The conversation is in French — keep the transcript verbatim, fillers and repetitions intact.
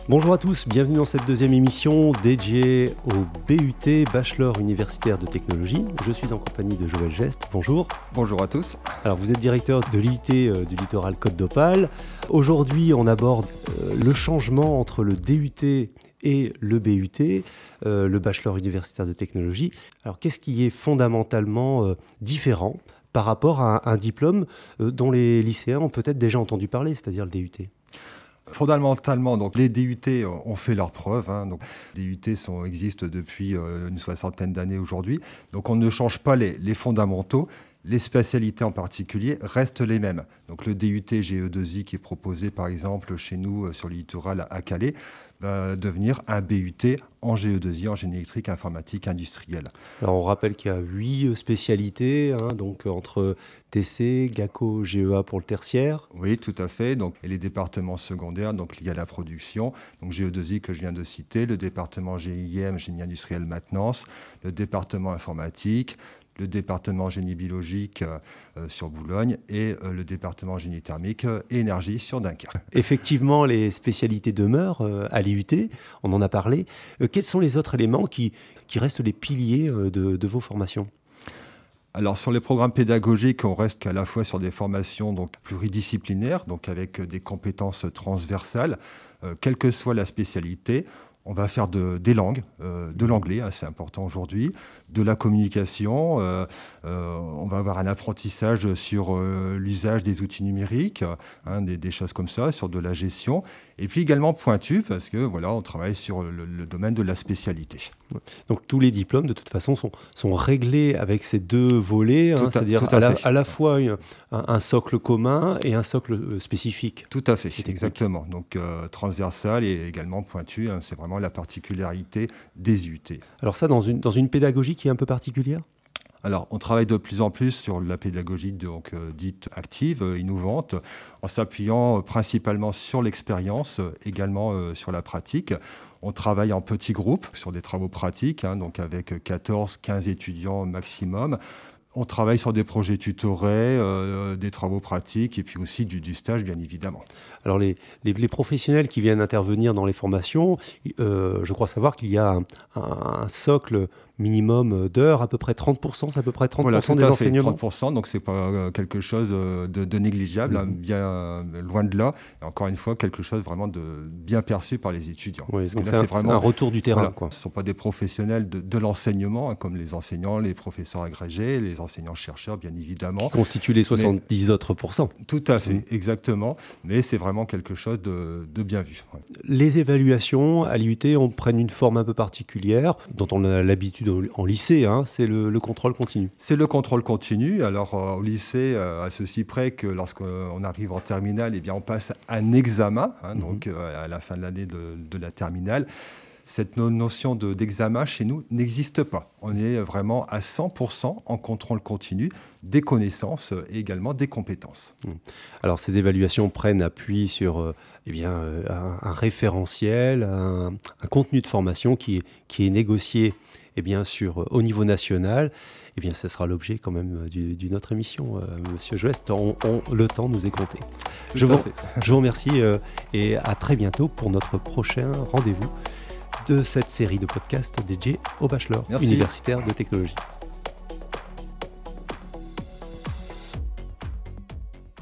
Bonjour à tous, bienvenue dans cette deuxième émission dédiée au B U T, Bachelor universitaire de technologie. Je suis en compagnie de Joël Geste, bonjour. Bonjour à tous. Alors vous êtes directeur de l'I U T euh, du littoral Côte d'Opale. Aujourd'hui on aborde euh, le changement entre le D U T et le B U T, euh, le Bachelor universitaire de technologie. Alors qu'est-ce qui est fondamentalement euh, différent par rapport à un, un diplôme euh, dont les lycéens ont peut-être déjà entendu parler, c'est-à-dire le D U T ? Fondamentalement, donc, les D U T ont fait leurs preuves. Hein, donc, les D U T sont, existent depuis euh, une soixantaine d'années aujourd'hui. Donc on ne change pas les, les fondamentaux. Les spécialités en particulier restent les mêmes. Donc le D U T G E deux I qui est proposé par exemple chez nous euh, sur le littoral à Calais va devenir un B U T en G E deux I, en génie électrique, informatique, industrielle. Alors on rappelle qu'il y a huit spécialités, hein, donc entre T C, GACO, G E A pour le tertiaire. Oui, tout à fait. Donc, et les départements secondaires donc, liés à la production, donc G E deux I que je viens de citer, le département G I M, génie industriel maintenance, le département informatique, le département génie biologique euh, sur Boulogne et euh, le département génie thermique euh, et énergie sur Dunkerque. Effectivement, les spécialités demeurent euh, à l'I U T, on en a parlé. Euh, quels sont les autres éléments qui, qui restent les piliers euh, de, de vos formations ? Alors sur les programmes pédagogiques, on reste à la fois sur des formations donc, pluridisciplinaires, donc avec des compétences transversales, euh, quelle que soit la spécialité. On va faire de, des langues, euh, de l'anglais, hein, c'est important aujourd'hui, de la communication. Euh, euh, on va avoir un apprentissage sur euh, l'usage des outils numériques, hein, des, des choses comme ça, sur de la gestion. Et puis également pointu, parce que voilà, on travaille sur le, le domaine de la spécialité. Donc tous les diplômes, de toute façon, sont, sont réglés avec ces deux volets, hein, à, c'est-à-dire à, à, la, à la fois un, un socle commun et un socle spécifique. Tout à fait, exactement. Donc euh, transversal et également pointu, hein, c'est vraiment la particularité des U T. Alors ça, dans une, dans une pédagogie qui est un peu particulière ? Alors, on travaille de plus en plus sur la pédagogie donc, euh, dite active, euh, innovante, en s'appuyant euh, principalement sur l'expérience, euh, également euh, sur la pratique. On travaille en petits groupes sur des travaux pratiques, hein, donc avec quatorze à quinze étudiants maximum. On travaille sur des projets tutorés, euh, des travaux pratiques et puis aussi du, du stage, bien évidemment. Alors, les, les, les professionnels qui viennent intervenir dans les formations, euh, je crois savoir qu'il y a un, un, un socle minimum d'heures, à peu près trente pour cent, c'est à peu près trente pour cent voilà, des enseignements. trente pour cent, donc c'est pas quelque chose de, de négligeable, mmh. hein, bien loin de là. Et encore une fois, quelque chose vraiment de bien perçu par les étudiants. Oui, donc là, c'est, c'est, vraiment, c'est un retour du terrain. Voilà, quoi. Ce ne sont pas des professionnels de, de l'enseignement, hein, comme les enseignants, les professeurs agrégés, les enseignants-chercheurs, bien évidemment. Qui constituent les soixante-dix Mais, autres pourcents. Tout à fait, mmh. exactement. Mais c'est vraiment quelque chose de, de bien vu. Ouais. Les évaluations à l'I U T, on prenne une forme un peu particulière, dont on a l'habitude en lycée, hein, c'est le, le contrôle continu. C'est le contrôle continu. Alors euh, au lycée, euh, à ceci près que lorsqu'on arrive en terminale, eh bien, on passe un examen, hein, mmh. donc euh, à la fin de l'année de, de la terminale. Cette notion de, d'examen chez nous n'existe pas. On est vraiment à cent pour cent en contrôle continu des connaissances et également des compétences. Alors ces évaluations prennent appui sur euh, eh bien, euh, un, un référentiel, un, un contenu de formation qui est, qui est négocié eh bien, sur, au niveau national. Eh bien, ce sera l'objet quand même du, d'une autre émission. Euh, Monsieur Joest, on, on, le temps nous est compté. Je vous, je vous remercie euh, et à très bientôt pour notre prochain rendez-vous de cette série de podcasts dédiés au Bachelor Merci. universitaire de technologie.